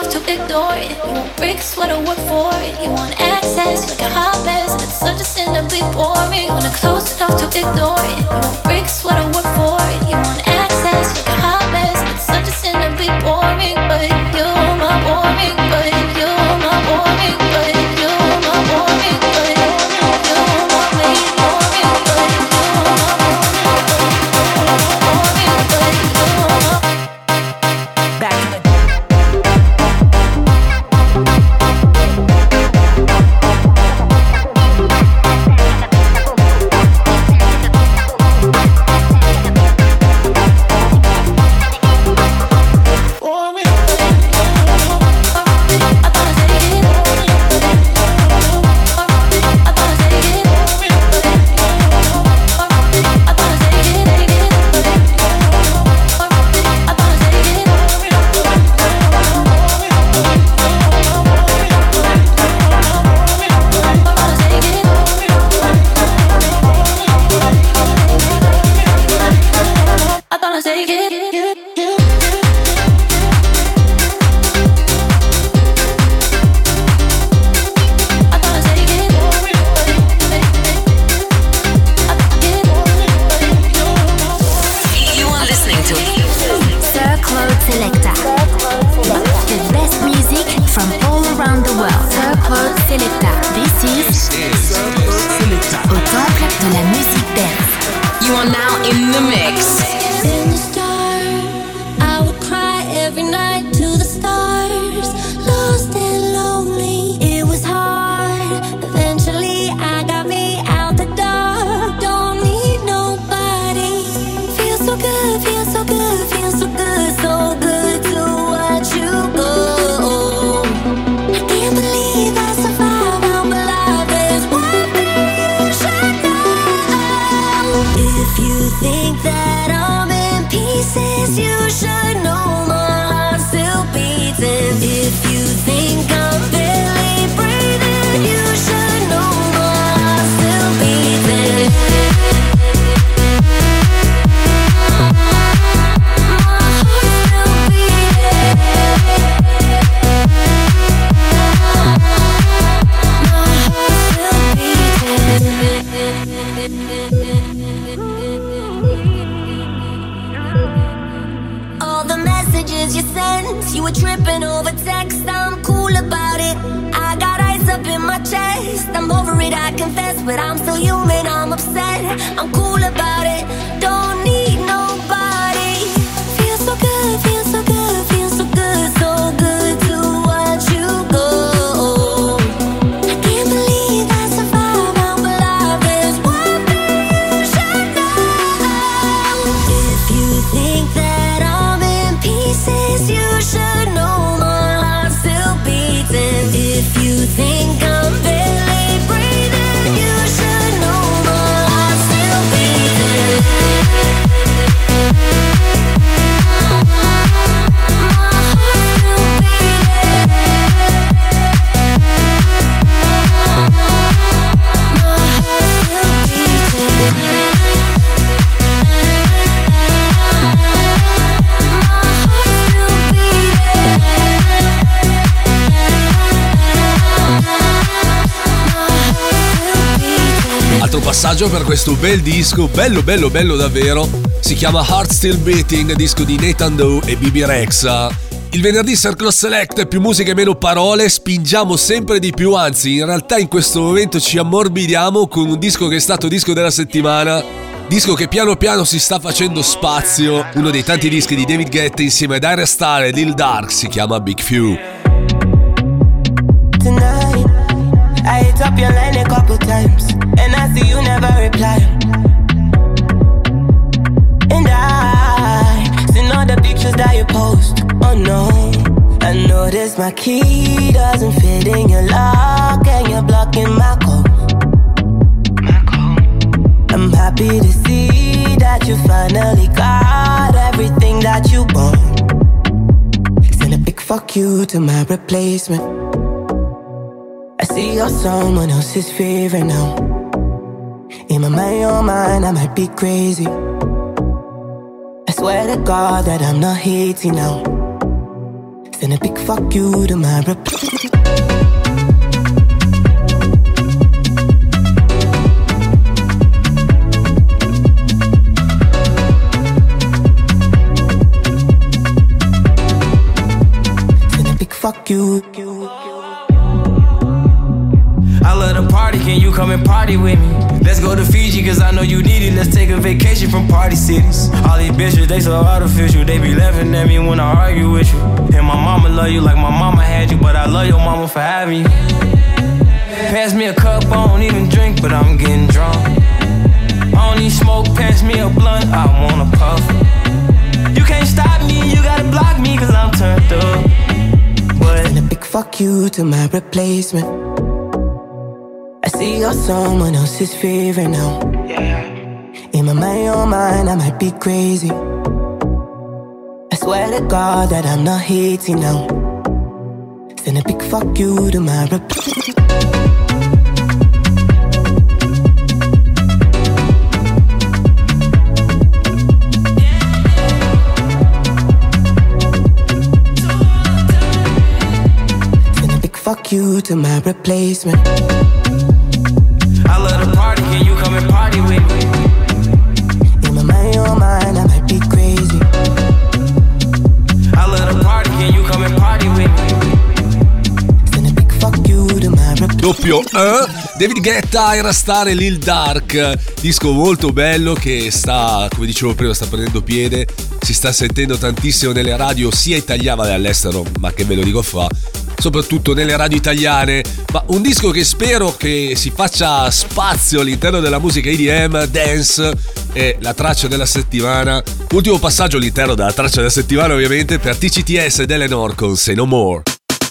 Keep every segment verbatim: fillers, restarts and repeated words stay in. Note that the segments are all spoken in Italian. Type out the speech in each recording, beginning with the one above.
tough to ignore it. You want bricks, what to work for it. You want access like a hot mess. It's such a sin to be boring. You wanna close enough to ignore it. You want bricks, what to work for it. You want access like a hot mess. It's such a sin to be boring, but you're my boring, but you're my boring, but you're my boring, but you're my way boring, but you're my boring, but you're my back in the passaggio per questo bel disco, bello bello bello davvero. Si chiama Heart Still Beating, disco di Nathan Doe e Bibi Rexha. Il venerdì Circle Select, più musica e meno parole, spingiamo sempre di più, anzi in realtà in questo momento ci ammorbidiamo con un disco che è stato disco della settimana, disco che piano piano si sta facendo spazio, uno dei tanti dischi di David Guetta insieme ad Arya Starr e Lil Durk, si chiama Big Few. Tonight, I hit up your line a couple times and I see you never reply. And I seen all the pictures that you post. Oh no, I noticed my key doesn't fit in your lock and you're blocking my call. I'm happy to see that you finally got everything that you want. Send a big fuck you to my replacement. I see you're someone else's favorite now. In my mind, your mind, I might be crazy. I swear to God that I'm not hating now. Send a big fuck you to my replacement. Fuck you. I love to party, can you come and party with me? Let's go to Fiji, cause I know you need it. Let's take a vacation from party cities. All these bitches, they so artificial. They be laughing at me when I argue with you. And my mama love you like my mama had you, but I love your mama for having you. Pass me a cup, I don't even drink, but I'm getting drunk. I don't need smoke, pass me a blunt, I wanna puff. You can't stop me, you gotta block me, cause I'm turned up. And a big fuck you to my replacement. I see you're someone else's favorite now. In my mind, your mind, I might be crazy. I swear to God that I'm not hating now. Send a big fuck you to my replacement. Fuck you to my replacement. I love to party, can you come and party with me? In my mind, your mind, I might be crazy. I love to party, can you come and party with me? Send a big fuck you to my replacement. Doppio eh? David Guetta, Ira Star e Lil Dark. Disco molto bello che sta, come dicevo prima, sta prendendo piede. Si sta sentendo tantissimo nelle radio sia italiane che all'estero, ma che ve lo dico fa, soprattutto nelle radio italiane. Ma un disco che spero che si faccia spazio all'interno della musica E D M, dance, è la traccia della settimana. Ultimo passaggio all'interno della traccia della settimana, ovviamente, per T C T S ed Eleanor con Say No More.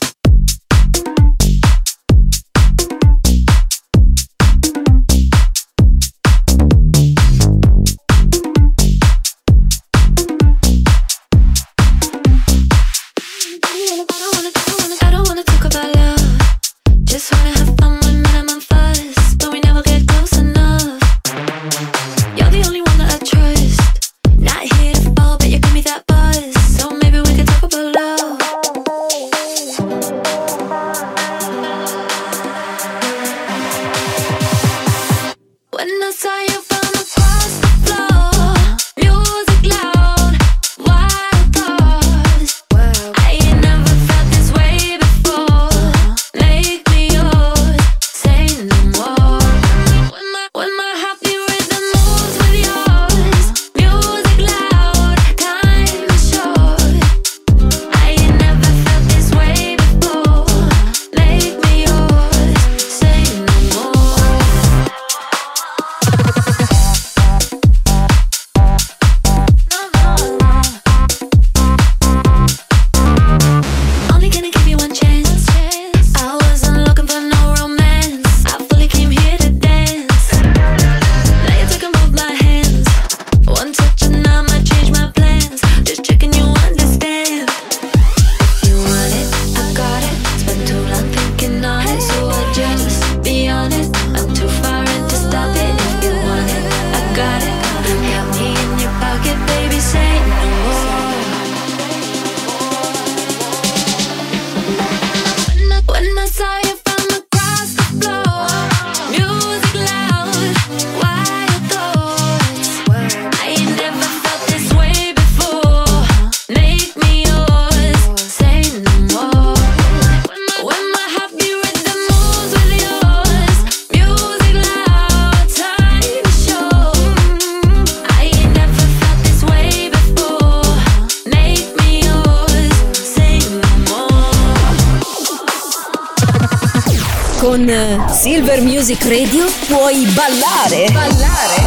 Con Silver Music Radio puoi ballare, ballare,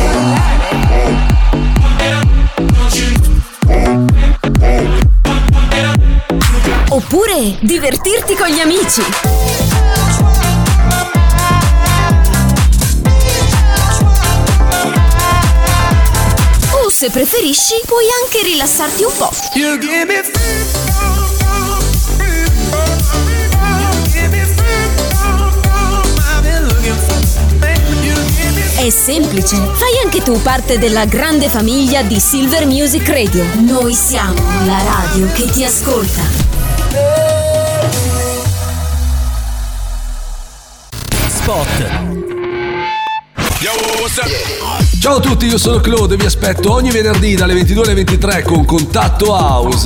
ballare. Oppure divertirti con gli amici. O se preferisci puoi anche rilassarti un po'. È semplice, fai anche tu parte della grande famiglia di Silver Music Radio. Noi siamo la radio che ti ascolta. Ciao a tutti, io sono Claude e vi aspetto ogni venerdì dalle ventidue alle ventitré con Contatto House.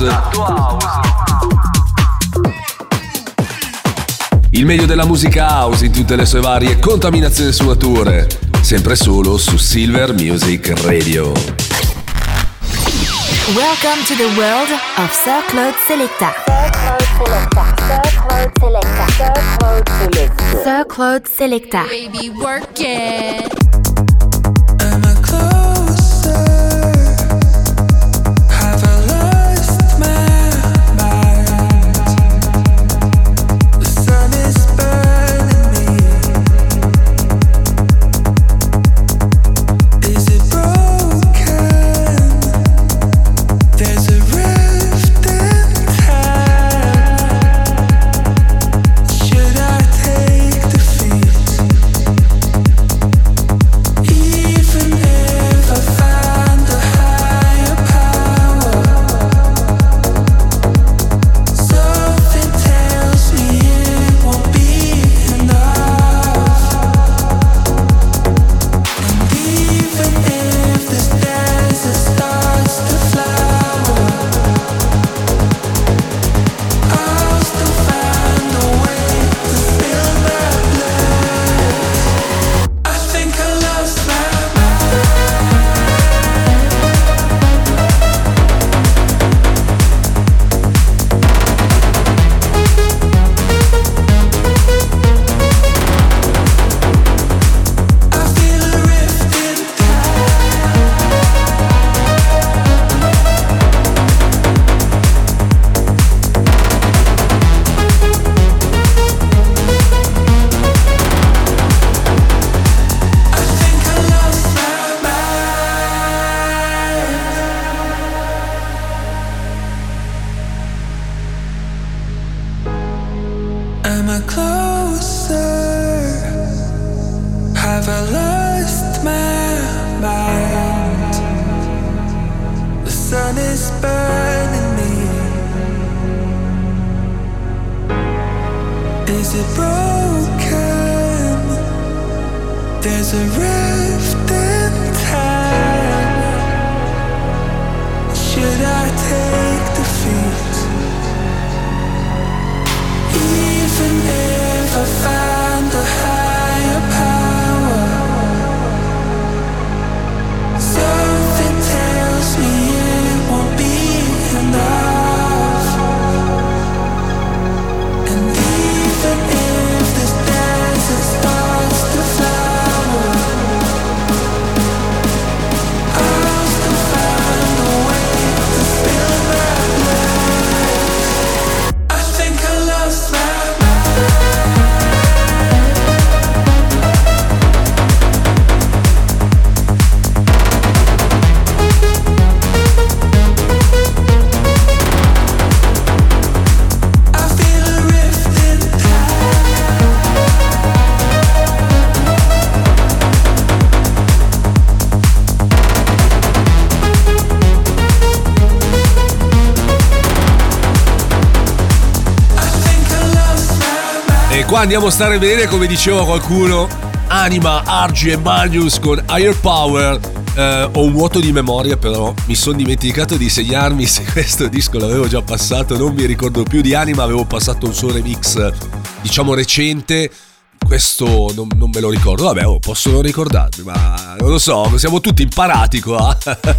Il meglio della musica house in tutte le sue varie contaminazioni e sfumature, sempre solo su Silver Music Radio. Welcome to the world of Sir Claude Selecta. Sir Claude Selecta. Sir Claude Selecta. Baby, work it. Qua andiamo a stare bene, come diceva qualcuno, Anima, Argy e Magnus con Higher Power. Eh, ho un vuoto di memoria, però mi sono dimenticato di segnarmi se questo disco l'avevo già passato, non mi ricordo più. Di Anima avevo passato un suo remix, diciamo recente. Questo non, non me lo ricordo, vabbè, oh, posso non ricordarmi, ma non lo so, siamo tutti imparati qua.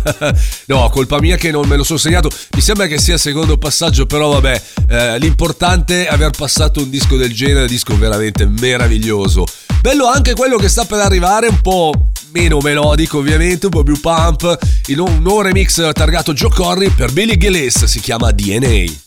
No, colpa mia che non me lo sono segnato, mi sembra che sia il secondo passaggio, però vabbè, eh, l'importante è aver passato un disco del genere, un disco veramente meraviglioso. Bello anche quello che sta per arrivare, un po' meno melodico ovviamente, un po' più pump, in un nuovo remix targato Joe Corry per Billy Gillis, si chiama D N A.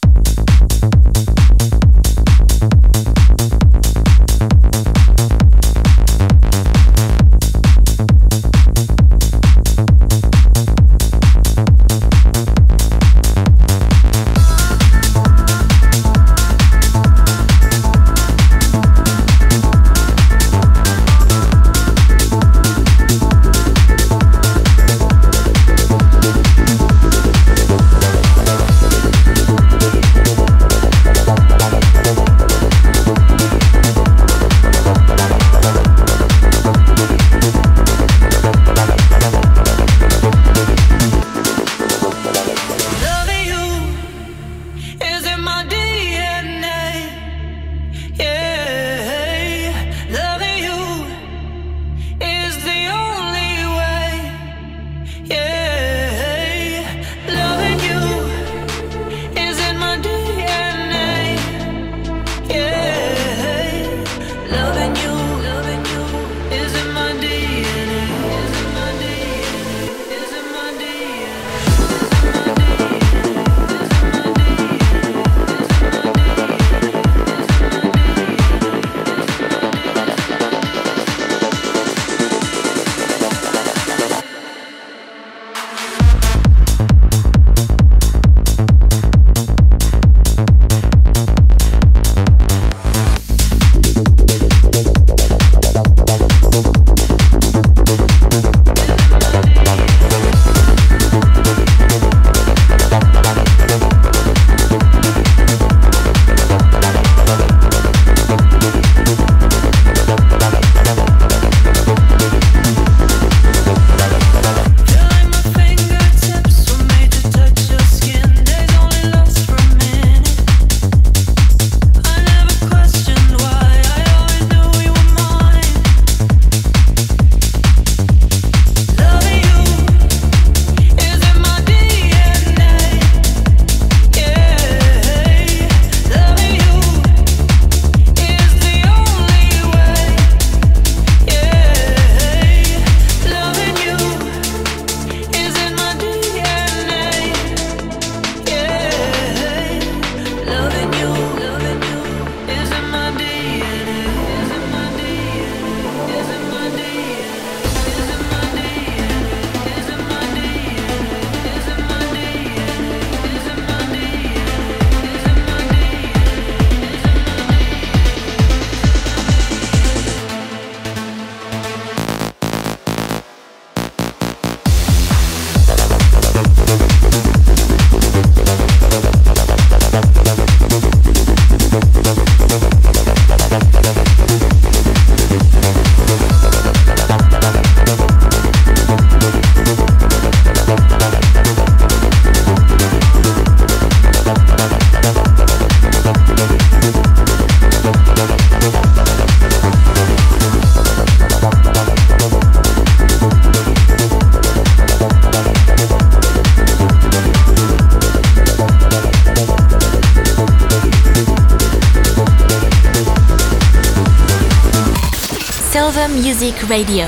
Music Radio.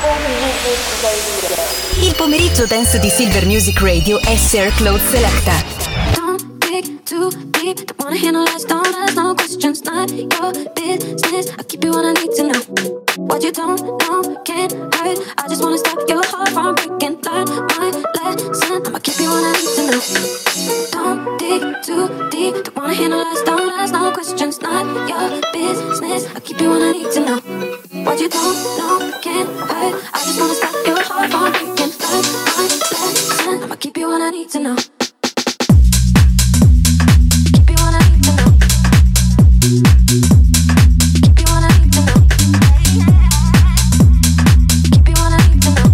Il pomeriggio dance di Silver Music Radio è Sir Claude Selecta. Don't dig too deep, don't wanna handle less, don't ask no questions, not your business. I'll keep you what I need to know. What you don't know can't hurt. I just wanna stop your heart from breaking. Learn my lesson, I'ma keep you what I need to know. Don't dig too deep, don't wanna handle less, don't ask no questions, not your business. I'll keep you what I need to know. What you don't know can't hurt. I just wanna stop your heart from breaking. Learn my lesson, I'ma keep you what I need to know. Keep you what I need to know. Keep you what I need to know. Keep you what I need to know.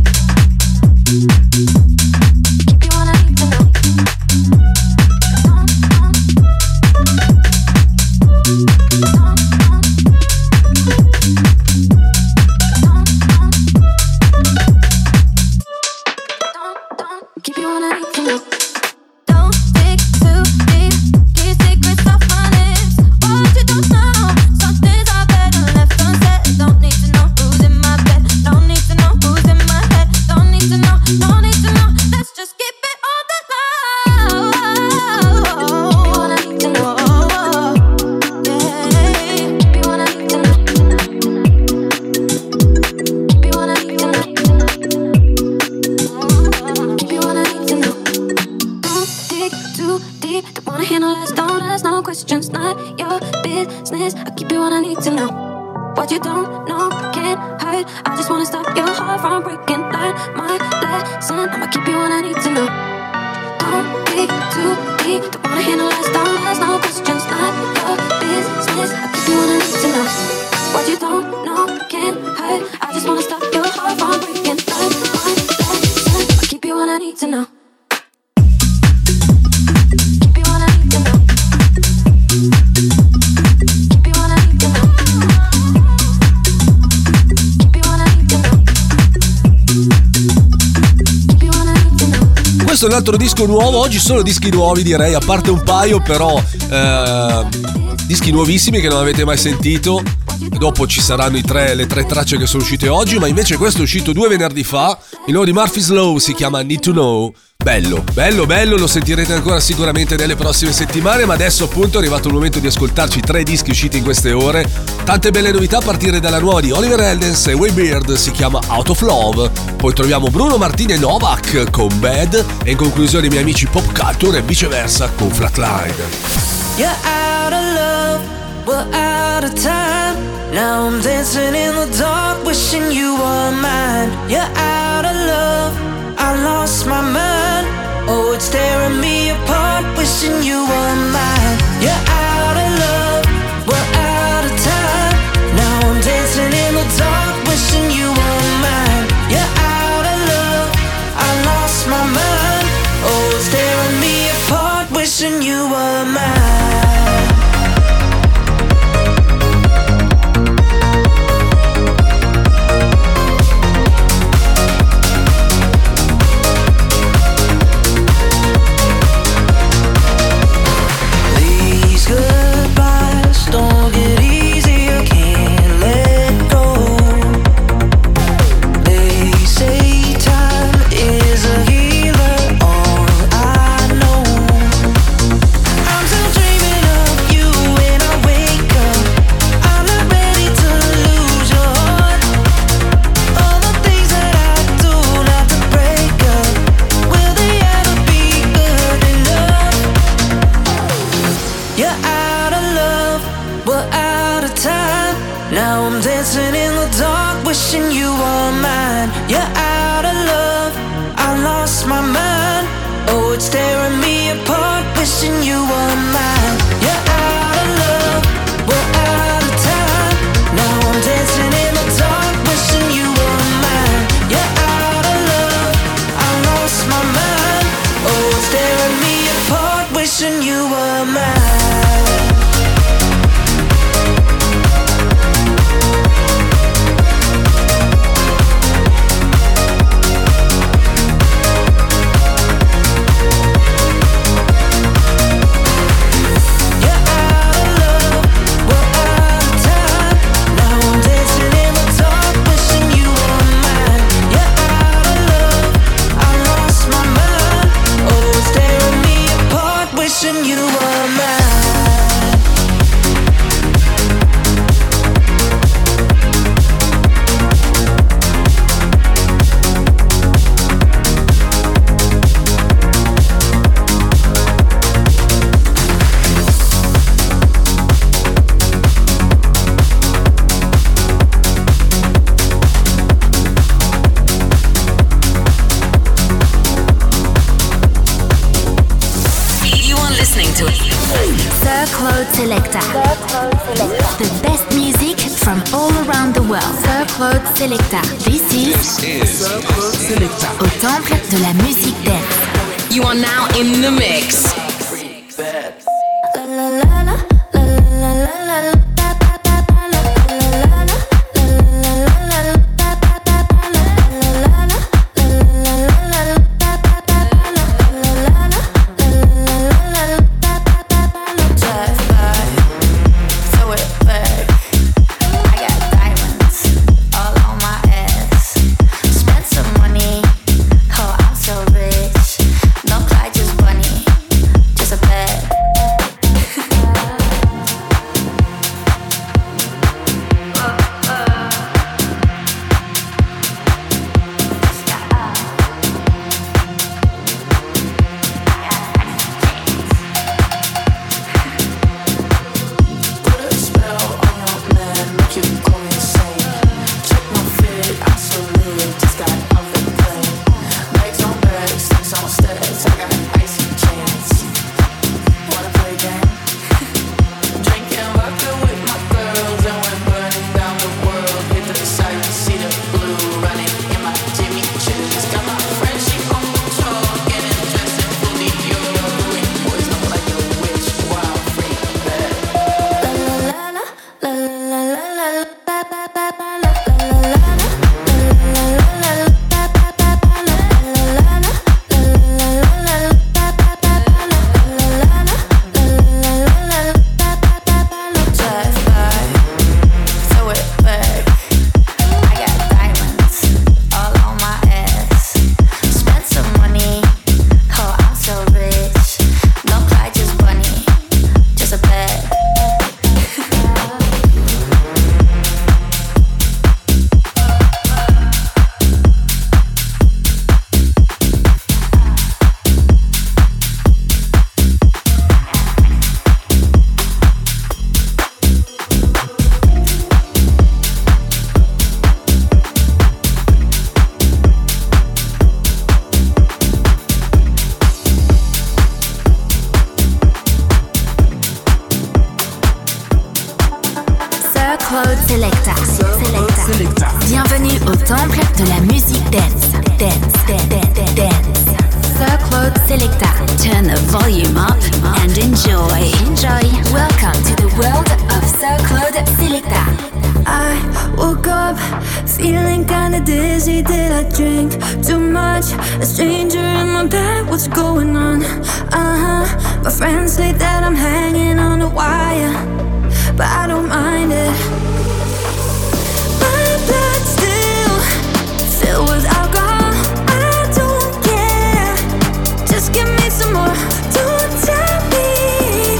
Keep you what I need to know. Keep you what I need to know. Don't dig too deep, keep secrets off my lips. What you don't know, some things are better left unsaid. Don't need to know who's in my bed, don't need to know who's in my head. Don't need to know, don't need to know. Let's just keep it on the low. Keep you what I need to know. Yeah, keep you what I need to know. Keep you what I need to know. Keep you what I need to know. Don't dig too deep, don't wanna handle less, don't ask no questions, not your business. I'll keep you what I need to know. What you don't know can't hurt. I just wanna stop your heart from breaking. Learn my lesson, I'ma keep you what I need to know. Don't dig too deep, don't wanna handle less, don't ask no questions, not your business. I'll keep you what I need to know. What you don't know can't hurt. I just wanna stop your heart from breaking. Learn my lesson, I'll keep you what I need to know. Keep you what I need to know. Keep you what I need to know. Keep you what I need to know. Keep you what I need to know. Questo è un altro disco nuovo, oggi solo dischi nuovi direi, a parte un paio però eh, dischi nuovissimi che non avete mai sentito. E dopo ci saranno i tre, le tre tracce che sono uscite oggi, ma invece questo è uscito due venerdì fa. Il nuovo di Murphy's Law si chiama Need to Know. Bello, bello, bello, lo sentirete ancora sicuramente nelle prossime settimane, ma adesso appunto è arrivato il momento di ascoltarci tre dischi usciti in queste ore. Tante belle novità a partire dalla nuova di Oliver Heldens e Waybeard, si chiama Out of Love. Poi troviamo Bruno Martini e Novak con Bad e in conclusione i miei amici Pop Culture e viceversa con Flatline. You're out of love, we're out of time. Now I'm dancing in the dark, wishing you were mine. You're out of love, I lost my mind. Oh, it's tearing me apart, wishing you were mine. You're out of love, we're out of time. Now I'm dancing in the dark, wishing you were mine. You're out of love, I lost my mind. Oh, it's tearing me apart, wishing you were mine. to it. Sir Claude Selecta. The best music from all around the world. Sir Claude Selecta. This is, This is Sir Claude Selecta. Au temple de la musique dance. You are now in the mix. La la la la la la la la la. Claude Selecta. Selecta. Selecta. Bienvenue au temple de la musique dance. Dance, dance, dance, dance. Sir Claude Selecta. Turn the volume up and enjoy. Enjoy. Welcome to the world of Sir Claude Selecta. I woke up feeling kinda dizzy. Did I drink too much? A stranger in my bed, what's going on? Uh-huh. My friends say that I'm hanging on a wire, but I don't mind it. My blood's still filled with alcohol. I don't care. Just give me some more. Don't tell me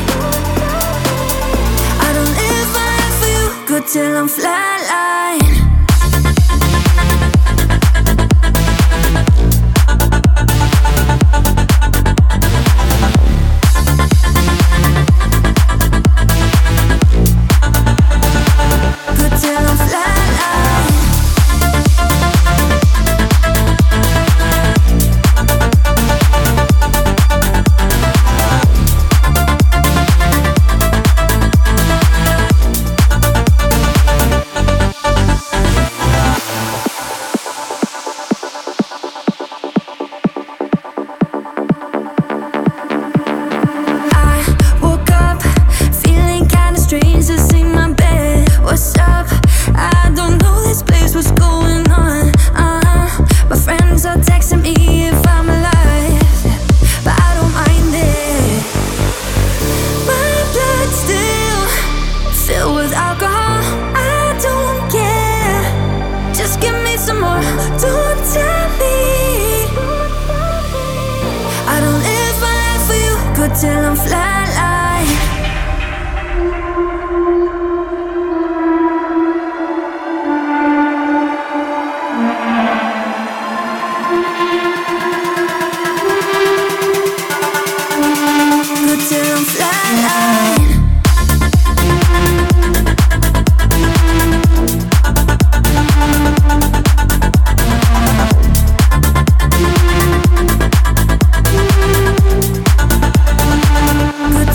I don't live my life for you. Good till I'm flatline. Till I'm flatline. Good till I'm flatline. Good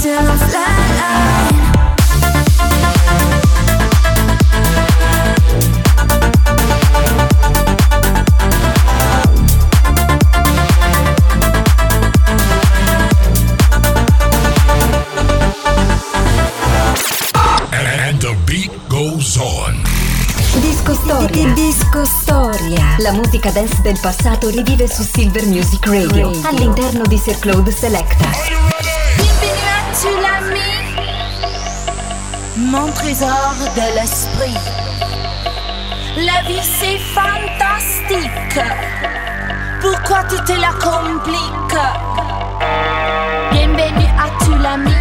La musica dance del passato rivive su Silver Music Radio, all'interno di Sir Claude Selecta. Bienvenue à Tu l'ami, mon trésor de l'esprit. La vie c'est fantastique, pourquoi tout te la complique? Bienvenue à Tu l'ami,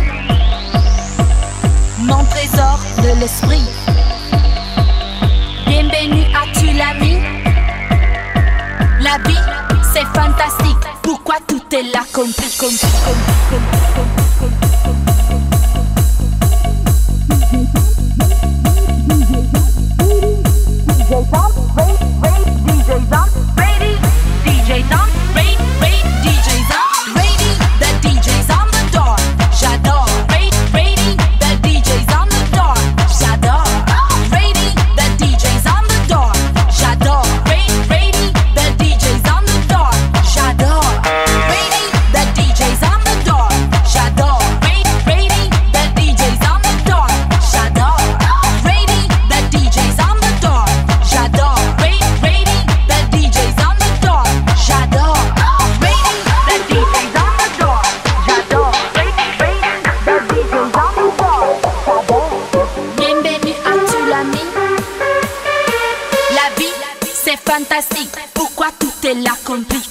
mon trésor de l'esprit. Bienvenue à Tu l'ami, la vie c'est fantastique, pourquoi tout te la complique? D J's on, rate, rate, D J's on, rating, the D J's on the door, j'adore, rate, rating, the D J's on the door, j'adore, rating, the D J's on the door, j'adore, rate, rating, the D J's on the door, j'adore, rating, the D J's on the door, j'adore, rate, rating, the D J's on the door, j'adore, rating, the D J's on the door, j'adore, rate, rating, the D J's on the door, j'adore, rating, the D J's on the door, j'adore, rate, rating, the D J's on the door, j'adore. Bienvenue à Tu l'ami, la vie c'est fantastique, pourquoi tout te la complique?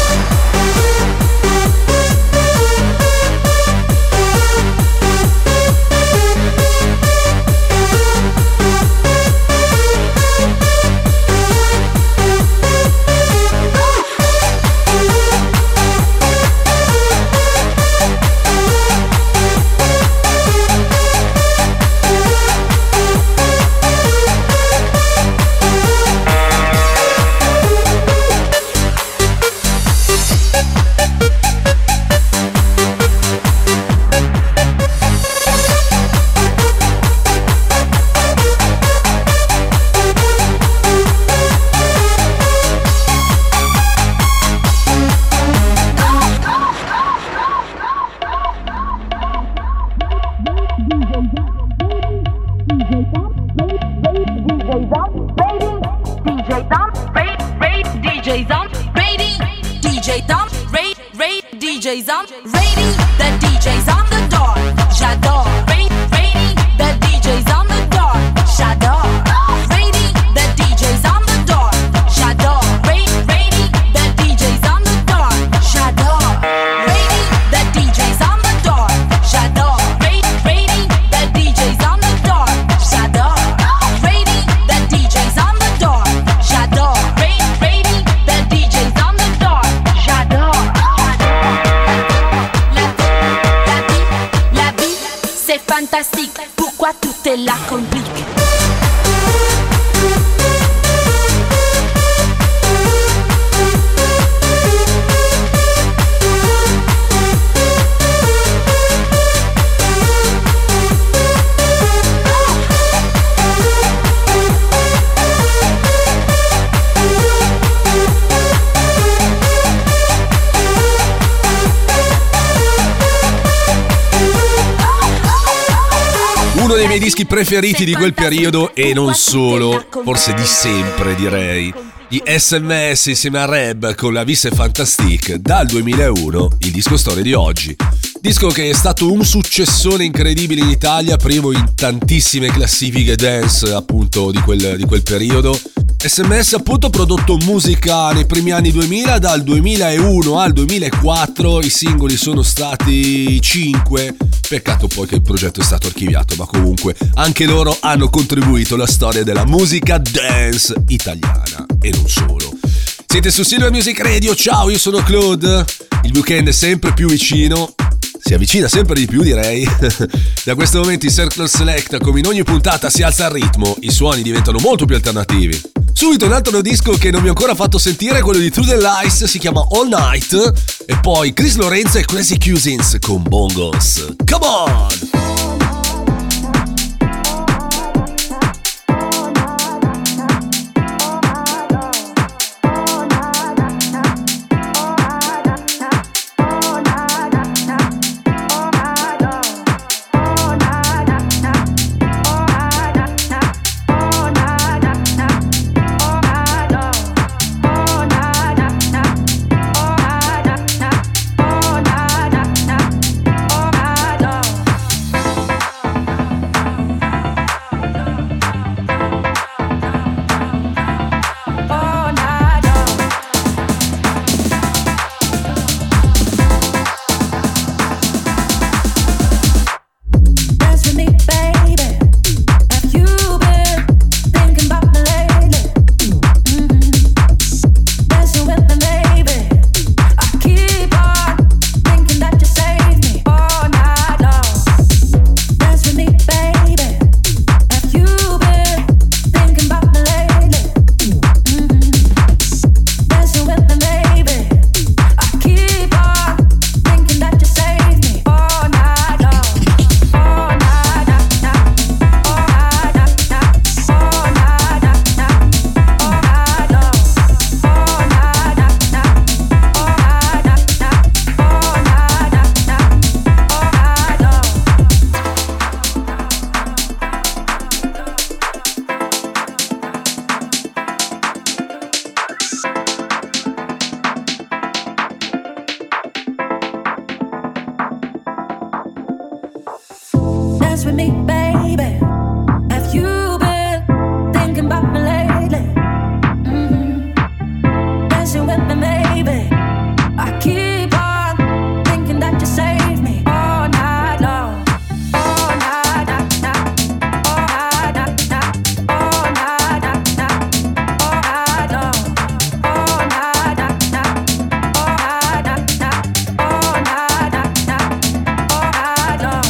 Uno dei miei dischi preferiti di quel periodo e non solo, forse di sempre direi. Gli S M S insieme a Reb con La Vie c'est Fantastique dal duemilauno, il disco storia di oggi. Disco che è stato un successone incredibile in Italia, primo in tantissime classifiche dance appunto di quel, di quel periodo. S M S appunto prodotto musica nei primi anni duemila, dal duemilauno al duemilaquattro i singoli sono stati cinque, peccato poi che il progetto è stato archiviato, ma comunque anche loro hanno contribuito alla storia della musica dance italiana e non solo. Siete su Silver Music Radio, ciao, io sono Claude, il weekend è sempre più vicino, si avvicina sempre di più direi. Da questo momento in Circle Select, come in ogni puntata, si alza il ritmo, i suoni diventano molto più alternativi. Subito un altro disco che non vi ho ancora fatto sentire, quello di Through the Lies, si chiama All Night, e poi Chris Lorenzo e Crazy Cousins con Bongos. Come on! Dance with me, baby. Have you been thinking about me lately? Mm-hmm. Dancing with me, maybe. I keep on thinking that you save me all night long. All night, night, night. All night, night, night. All night, night, night. All night long. All night, night, night. All night, night, night. All night, night, night. All night long.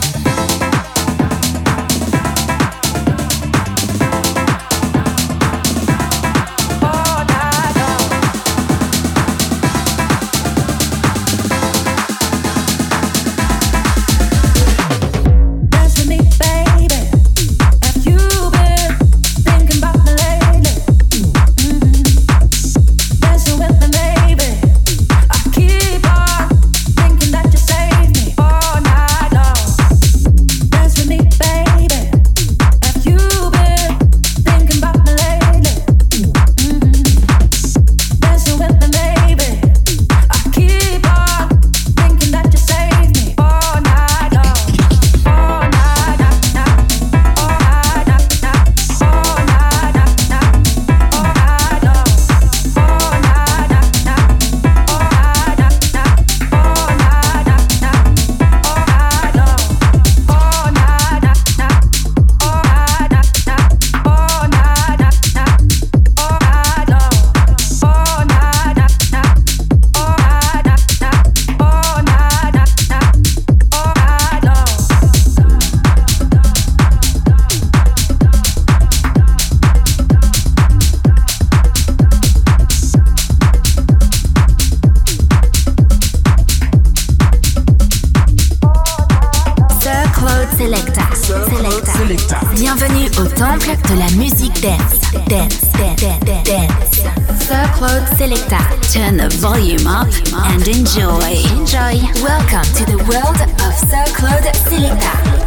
Bienvenue au temple de la musique dance. Dance, dance, dance, dance. Sir Claude Selecta. Turn the volume up and enjoy. Enjoy. Welcome to the world of Sir Claude Selecta.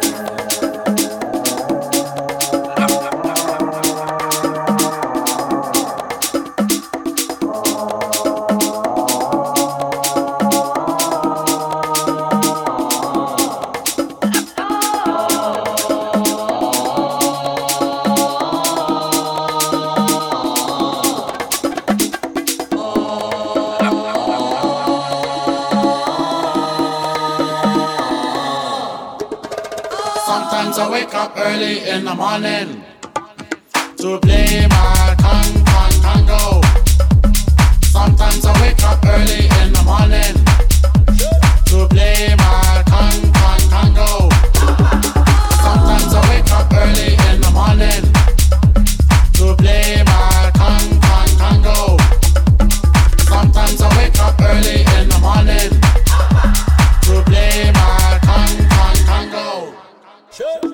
Early in the morning to play my con con congo. Sometimes I wake up early in the morning to play my con con congo. Sometimes I wake up early in the morning to play my con con congo. Sometimes I wake up early in the morning to play my con con congo. Sure.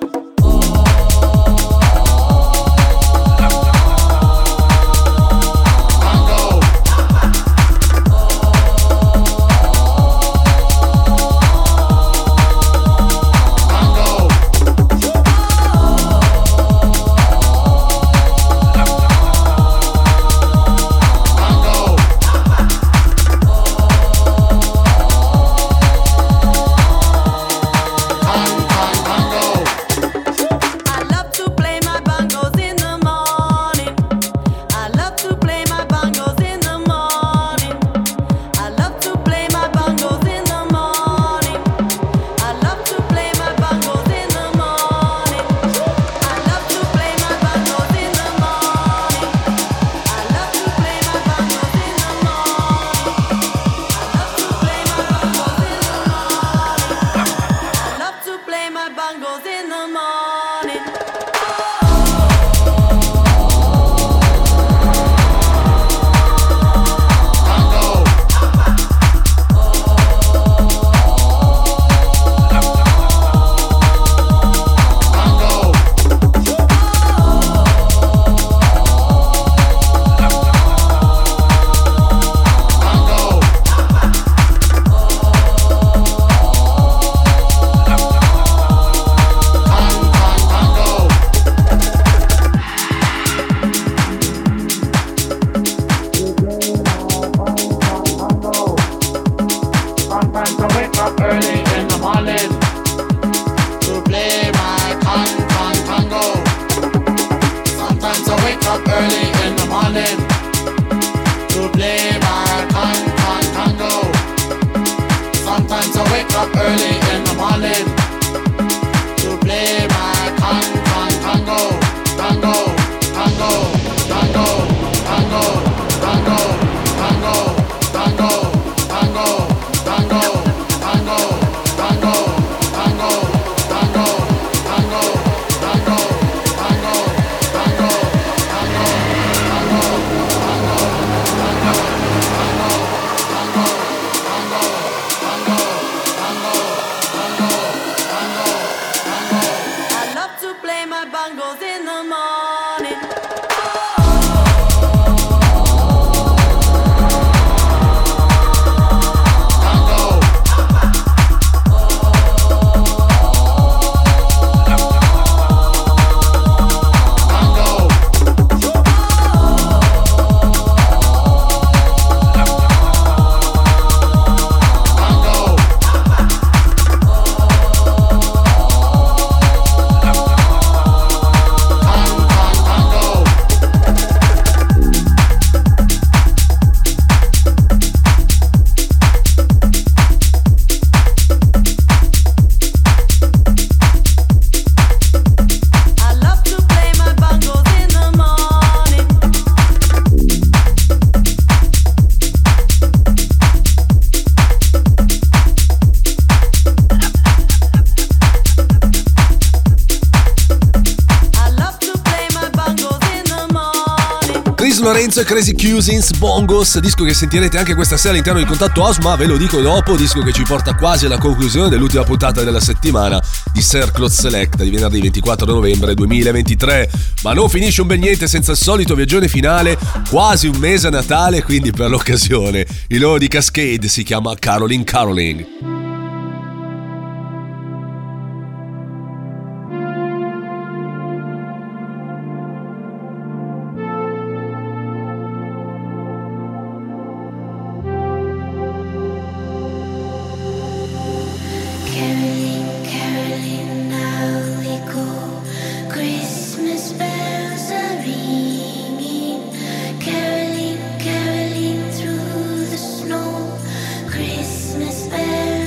Early in the morning to play Sometimes I wake up early in the morning to play my con con tango, tango, tango, tango, tango, tango, tango, tango, tango, tango, tango, tango, tango, tango, tango, tango, tango, tango, I love to play my bongos in the morning. Lorenzo e Crazy Cousins, Bongos, disco che sentirete anche questa sera all'interno di Contatto House, ma ve lo dico dopo, disco che ci porta quasi alla conclusione dell'ultima puntata della settimana di Sir Claude Select di venerdì ventiquattro novembre duemilaventitré. Ma non finisce un bel niente senza il solito viaggione finale, quasi un mese a Natale, quindi per l'occasione il loro di Cascade si chiama Caroling Caroling. Caroling, caroling, now we go. Christmas bells are ringing. Caroling, caroling through the snow. Christmas bells.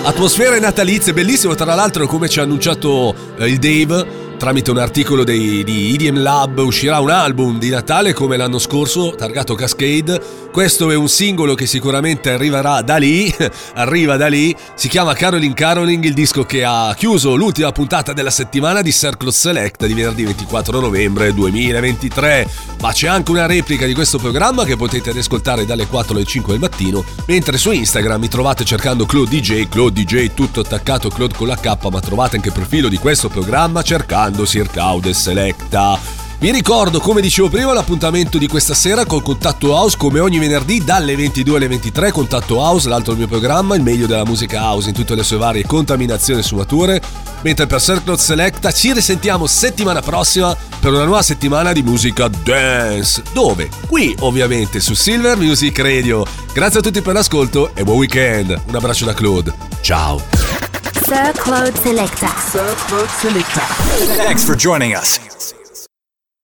Atmosfere natalizie, bellissimo. Tra l'altro, come ci ha annunciato eh, il Dave tramite un articolo dei, di E D M Lab, uscirà un album di Natale come l'anno scorso, targato Cascade. Questo è un singolo che sicuramente arriverà da lì, arriva da lì. Si chiama Caroling Caroling, il disco che ha chiuso l'ultima puntata della settimana di Circle Select di venerdì ventiquattro novembre duemilaventitré. Ma c'è anche una replica di questo programma che potete riascoltare dalle quattro alle cinque del mattino, mentre su Instagram mi trovate cercando Claude D J, Claude D J tutto attaccato, Claude con la K, ma trovate anche il profilo di questo programma cercando Sir Claude Selecta. Vi ricordo, come dicevo prima, l'appuntamento di questa sera col Contatto House, come ogni venerdì dalle ventidue alle ventitré. Contatto House, l'altro mio programma, il meglio della musica house in tutte le sue varie contaminazioni e sfumature. Mentre per Circle Selecta ci risentiamo settimana prossima per una nuova settimana di musica dance. Dove? Qui ovviamente su Silver Music Radio. Grazie a tutti per l'ascolto e buon weekend. Un abbraccio da Claude. Ciao. Sir Claude Selecta. Sir Claude Selecta. Thanks for joining us.